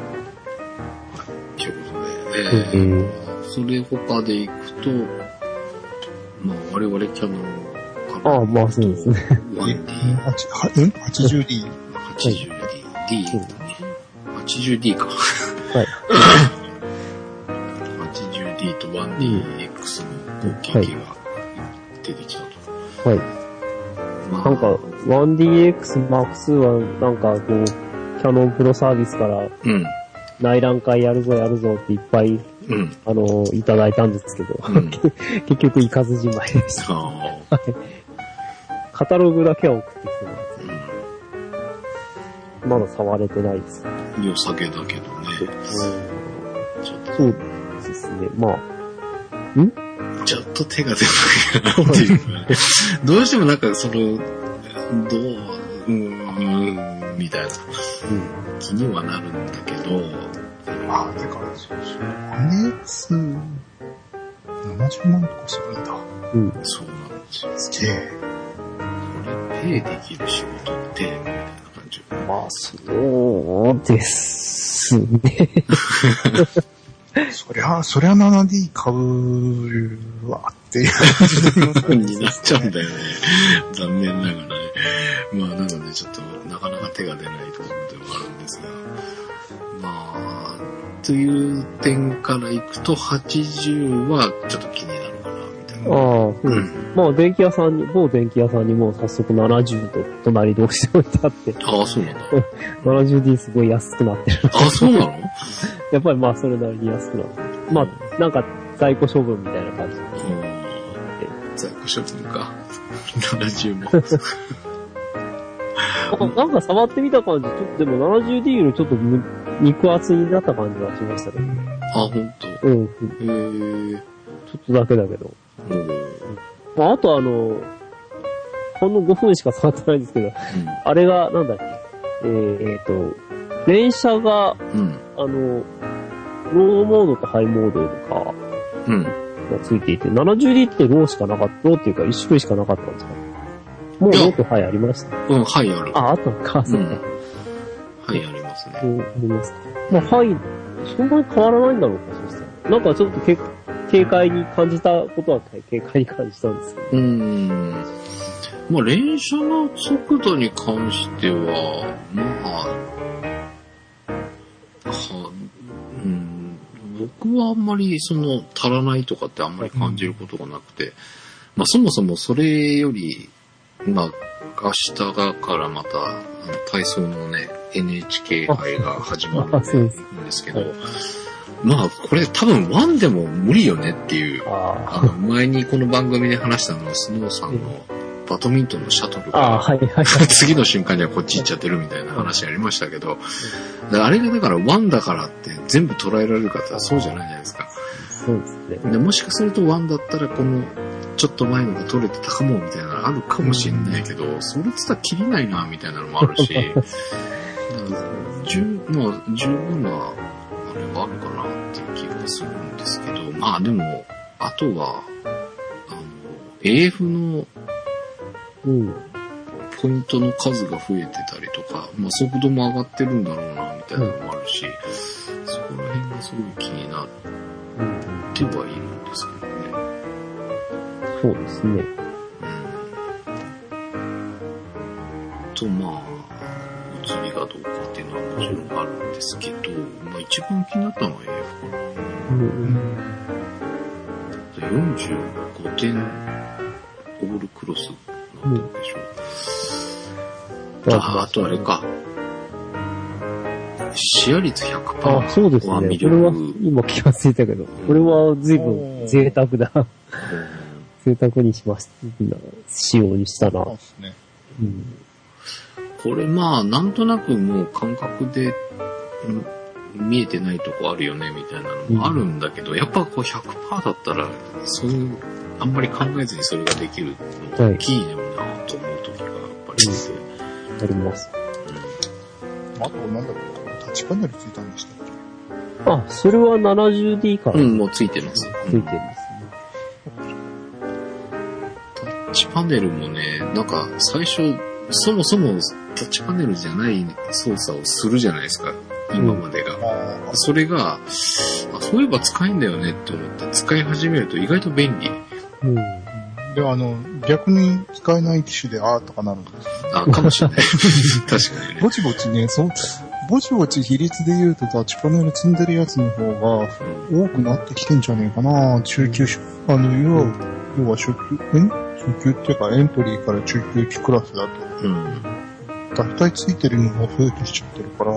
ということで、それ他でいくと、我々キャノンから。 そうですね。 80D。 80D。D。 80D か。 はい。 80D と 1DX の後継機が出てきたと。 はい。 まあ、 なんか、1DX Mark II は、なんかこう、キャノンプロサービスから、内覧会やるぞっていっぱい、いただいたんですけど、結局行かずじまいでした。カタログだけは送ってきてます。まだ触れてないです。 良さげだけどね。 そうですね。まあ、 ちょっと手が出ないかなっていう。どうしてもなんかみたいな気にはなるんだけど、 まあ、てか、1X、70万とかするんだ。 そうなんですよ。 すげえ。 これ、ペイできる仕事って、みたいな感じ。 まあ、そうですね。 そりゃ 7D 買うわっていう感じになっちゃうんだよね。残念ながらね。まあ、なのでちょっとなかなか手が出ないところではあるんですが。まあ、という点からいくと80はちょっと気になるかな、みたいな。 ああ、そうです。まあ、某電気屋さんにもう早速70と隣同士で置いてあって。 ああ、そうなんだ。 70D すごい安くなってる。 ああ、そうなの？ やっぱりまあそれなりに安くなってる。まあ、なんか在庫処分みたいな感じで。 在庫処分か。70も。 なんか触ってみた感じ、ちょっとでも 70D よりちょっと肉厚になった感じがしましたね。 あ、ほんと？ ちょっとだけだけど。まあ、あとほんの5分しか触ってないんですけど、あれが、なんだっけ、電車が、ロードモードとハイモードとか、がついていて、70D ってローしかなかった、ローっていうか1種類しかなかったんですか？もうローとハイありました？ ハイある。 あったのか、そうか。 ハイありますね。 ありますか。まあ、ハイ、そんなに変わらないんだろうか、そしたら。なんかちょっと軽快に感じたことは軽快に感じたんですけど。 まあ、連射の速度に関しては、まあ、僕はあんまり足らないとかってあんまり感じることがなくて、まあそもそもそれより、まあ、明日からまた、体操のね、NHK 杯が始まるんですけど、まあこれ多分1でも無理よねっていう、前にこの番組で話したのはスノーさんのバドミントンのシャトルが、次の瞬間にはこっち行っちゃってるみたいな話ありましたけど、あれがだから1だからって全部捉えられるかってそうじゃないじゃないですか。 そうですね。 でもしかすると1だったらこのちょっと前のが取れてたかもみたいなのあるかもしれないけど、それってさ切りないなみたいなのもあるし、十分なあれがあるかなっていう気がするんですけど、まあでもあとはAF のポイントの数が増えてたりとか、まあ速度も上がってるんだろうなみたいなのもあるし、そこら辺がすごい気になってはいるんですけどね。 そうですね。 まあ、映りがどうかっていうのはもちろんあるんですけど、まあ一番気になったのは AF かな。45点オールクロスなんでしょう。あとあれか。視野率 100%。 そうですね。これは今気がついたけど、これは随分贅沢だ。贅沢にしました。仕様にしたな。 これまあ、なんとなくもう感覚で見えてないとこあるよね、みたいなのもあるんだけど、やっぱこう 100% だったら、あんまり考えずにそれができるの大きいねもなと思う時がやっぱりあります。 あとなんだろう、タッチパネルついたんでしたっけ？それは 70D から。 もうついてます。 ついてるんですね。 タッチパネルもね、なんか最初、そもそもタッチパネルじゃない操作をするじゃないですか、今までが。それが、そういえば使えんだよねって思って使い始めると意外と便利。 では逆に使えない機種でとかなるんですかもしれない。確かにね。 ぼちぼちね、ぼぼちぼち比率で言うとタッチパネル積んでるやつの方が多くなってきてんじゃねえかな。中級種、要は初級っていうかエントリーから中級機クラスだと。大体ついてるのが増えてきちゃってるから、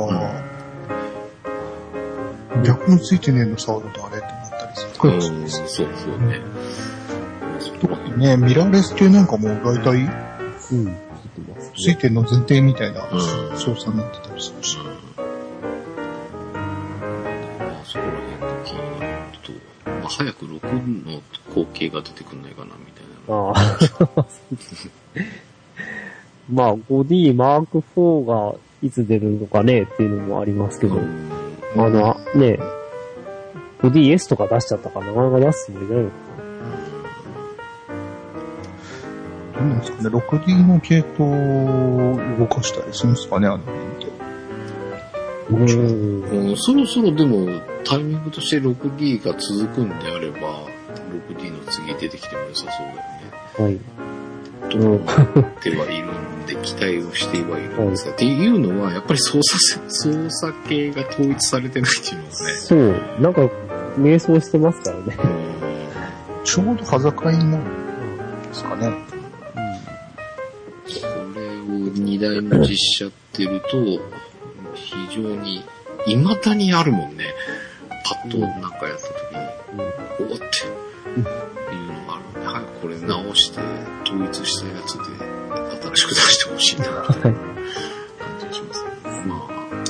逆についてねえの触るとあれってなったりするから。 そうね。 特にね、ミラーレス系なんかも大体、ついてるの前提みたいな操作になってたりするし。 そこら辺が気になると、早く6の光景が出てくんないかな、みたいな。 まあ、5D Mark IV がいつ出るのかねっていうのもありますけど、ね、5DS とか出しちゃったからなかなか出すつもりないのかな。どうなんですかね、6D の系統を動かしたりするんですかね、あの辺って。 そろそろでもタイミングとして 6D が続くんであれば、6D の次出てきても良さそうだよね。と思ってはいるんで、期待をしてはいるんですが、っていうのは、やっぱり操作系が統一されてないっていうのがね。 そう、なんか、迷走してますからね。 ちょうど端境になるんですかね。 これを2台も実写ってると、非常に、未だにあるもんね。パッとなんかやった時に、おーって。いうのがあるので、早くこれ直して統一したやつで新しく出してほしいなという感じがしますね。まあ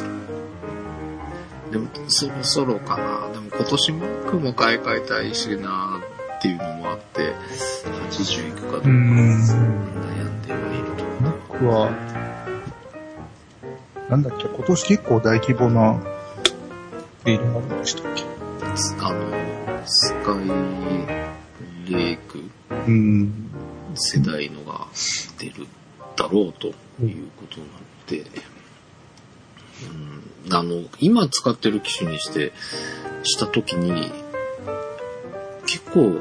でもそろそろかな。でも今年マックも買い替えたいしなっていうのもあって80いくかどうか悩んではいると。 マックはなんだっけ、今年結構大規模なビールなんでしたっけ。 スカイレイク世代のが出るだろうということなので、今使ってる機種にしたときに、結構、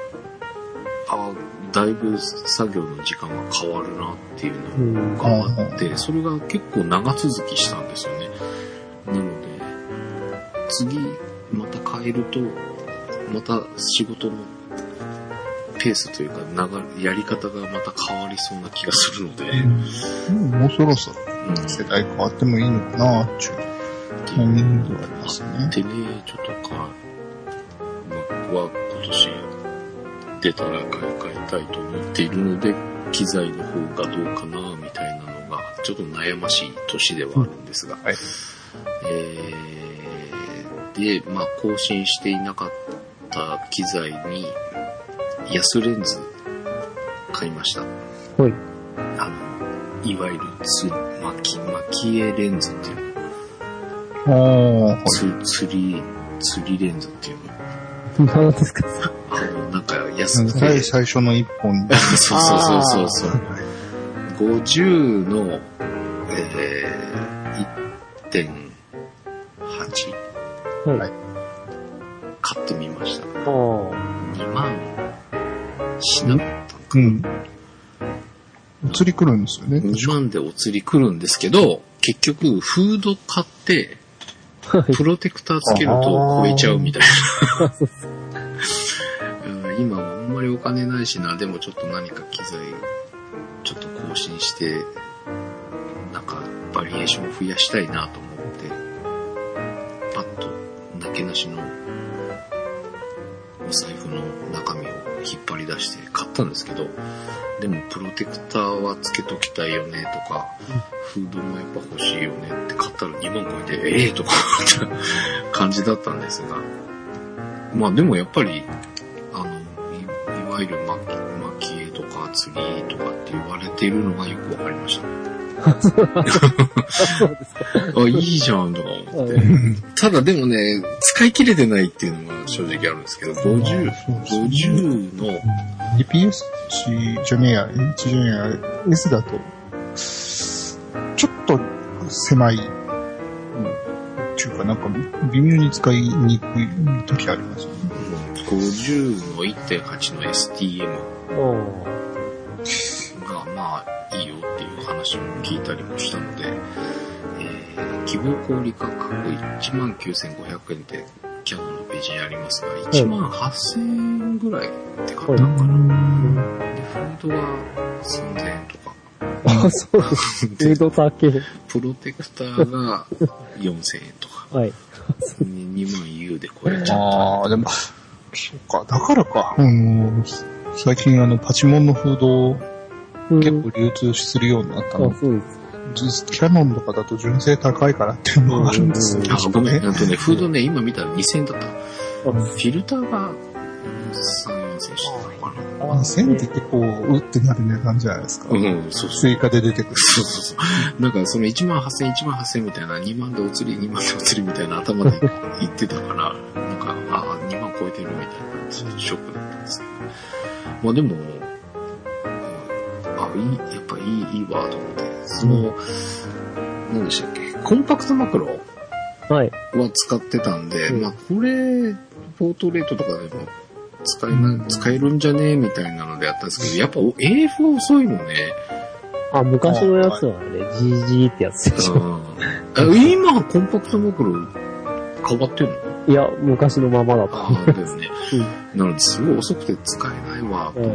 だいぶ作業の時間が変わるなっていうのがあって、それが結構長続きしたんですよね。なので、次また変えると、また仕事のペースというかやり方がまた変わりそうな気がするので、 もうそろそろ世代変わってもいいのかなっていうタイミングではありますね。 でね、ちょっと僕は今年出たら買い替えたいと思っているので、機材の方がどうかなみたいなのがちょっと悩ましい年ではあるんですが、で、更新していなかった機材に安レンズ買いました。 はい。 いわゆる巻絵レンズっていうの。 釣りレンズっていうの。 何ですか？ なんか安くて。 最初の一本。 そう。50の、1.8。 はい。 買ってみました。2万しなかったのかな。 お釣り来るんですよね。 2万でお釣り来るんですけど、結局フード買って、プロテクターつけると超えちゃうみたいな。今あんまりお金ないしな、でもちょっと何か機材ちょっと更新して、なんかバリエーションを増やしたいなと思って、パッとなけなしのお財布の中身を引っ張り出して買ったんですけど、でもプロテクターはつけときたいよねとか、フードもやっぱ欲しいよねって買ったら2万超えて、とかって感じだったんですが、でもやっぱり、いわゆる巻絵とか釣りとかって言われているのがよくわかりました。いいじゃんとか思って。ただでもね、使い切れてないっていうのが正直あるんですけど、50の DPS じゃねえや、H じゃねえや、S だと、ちょっと狭い、っていうかなんか微妙に使いにくい時ありますよね。 50の 1.8 の STM がいいよっていう話を聞いたりもしたので、 希望小売価格 19,500 円でキャノンのページにありますが、18,000円ぐらいって買ったのかな。で、フードは3,000円とか。 あ、そうです。フード高い。 プロテクターが4,000円とか。 はい。 2万 U で超えちゃった。 ああ、でも、そうか、だからか。最近パチモンのフード結構流通するようになったの。 そうです。 キャノンとかだと純正高いからっていうのがあるんですよね。 あ、ごめん。フードね、今見たら2,000円だった。フィルターが3、4,000してたのかな。 1000って結構、ってなる値段じゃないですか。 そう。 追加で出てくる。 そう。なんかその18,000、18,000みたいな、2万でお釣り、2万でお釣りみたいな頭で言ってたから、なんか、2万超えてるみたいな、ショックだったんですけど。まあでも、やっぱいいわと思って、何でしたっけ、コンパクトマクロは使ってたんで、まあこれ、ポートレートとかでも使えるんじゃねえみたいなのでやったんですけど、やっぱ AF 遅いのね。 あ、昔のやつはね、GG ってやつでしょ。 今、コンパクトマクロ変わってるの？ いや、昔のままだと思います。 だよね。なので、すごい遅くて使えないわ、と思って、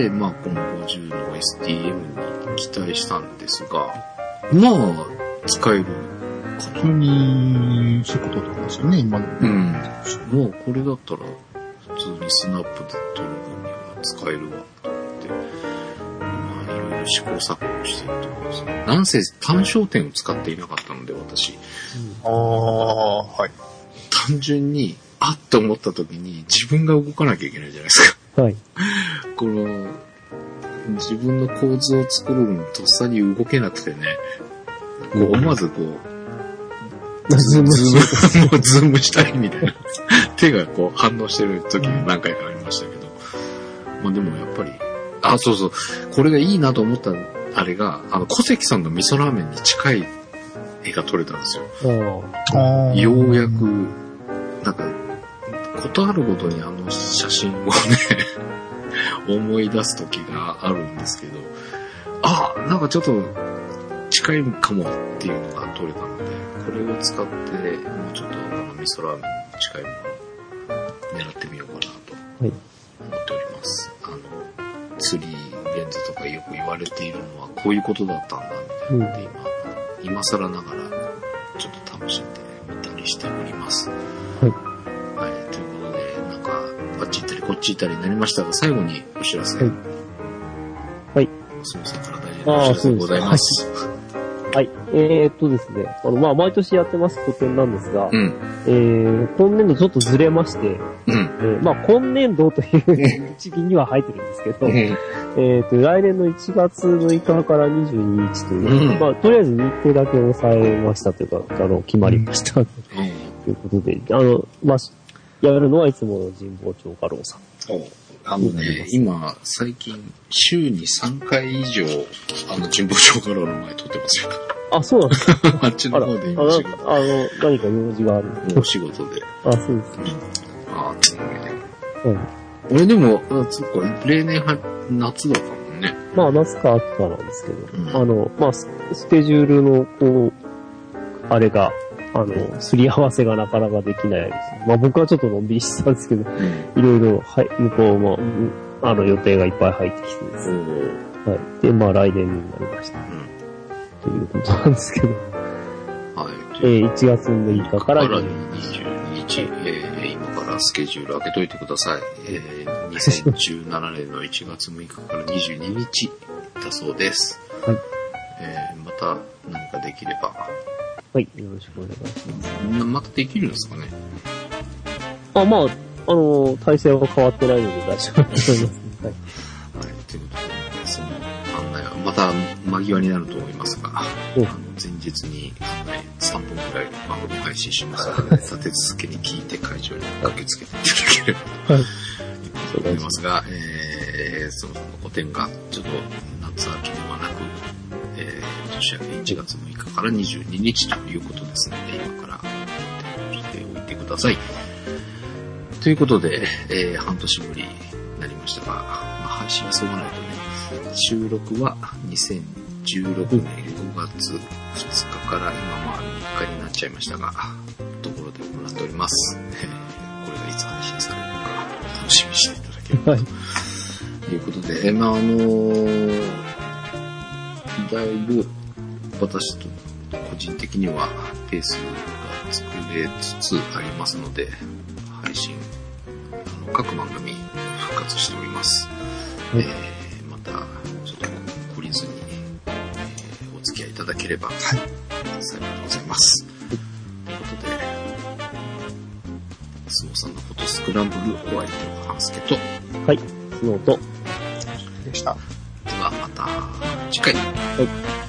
まあ、この50の STM に期待したんですが、まあ、使える。 普通に、そういうことなんですよね、今の。 もう、これだったら、普通にスナップで撮る分には使えるわ、と思って、まあ、いろいろ試行錯誤しているところですね。なんせ、単焦点を使っていなかったので、私。 はい。 単純に、って思った時に自分が動かなきゃいけないじゃないですか。はい。この、自分の構図を作るのにとっさに動けなくてね、思わずズームしたいみたいな。手が反応してる時に何回かありましたけど。まあでもやっぱり、そうそう、これがいいなと思ったあれが、小関さんの味噌ラーメンに近い絵が撮れたんですよ。ようやく、なんか、ことあるごとに写真をね、思い出す時があるんですけど、なんかちょっと近いかもっていうのが撮れたので、これを使って、もうちょっと味噌ラーメンに近いものを狙ってみようかなと思っております。ツリーレンズとかよく言われているのはこういうことだったんだみたいなので、今更ながらちょっと楽しんでみたりしております。ということで、なんか、あっち行ったりこっち行ったりになりましたが、最後にお知らせ。はい。すみませんから大事なお知らせでございます。 はい。ですね。毎年やってます個展なんですが、今年度ちょっとずれまして、今年度という時期には入ってるんですけど、来年の1月6日から22日という、とりあえず日程だけ抑えましたというか、決まりました。ということで、やるのはいつもの神保町画廊さん。 今、最近、週に3回以上、神保町画廊の前撮ってますよ。 そうなんですか。 あっちの方で今仕事。 何か用事があるんですか？ お仕事で。 そうですね。 俺でも、例年夏だったもんね。 夏か秋かなんですけど、スケジュールの、あれが、すり合わせがなかなかできないです。僕はちょっとのんびりしてたんですけど、いろいろ、向こうも、予定がいっぱい入ってきてですね。で、来年になりました。ということなんですけど。1月6日から 22日、今からスケジュール開けといてください。2017年の1月6日から22日だそうです。また何かできれば。 よろしくお願いします。 またできるんですかね？ 体制は変わってないので大丈夫だと思います。ということで、 その案内はまた間際になると思いますが、前日に案内3本くらい番組配信しますので、立て続けに聞いて会場に駆けつけていただければと思いますが、その個展がちょっと夏秋ではなく、年明け1月6日から22日ということですので、今からしておいてください。ということで、半年ぶりになりましたが、配信急がないとね、収録は2016年5月2日かから今3日になっちゃいましたが、ところで行っております。これがいつ配信されるのか楽しみにしていただければということで、だいぶ私と個人的にはペースが作れつつありますので、配信各番組復活しております。またちょっと懲りずに、お付き合いいただければ幸いでございます。ということで、スノーさんのフォトスクランブルお相手の半助と、 はい、スノーとでした。 ではまた次回。 はい。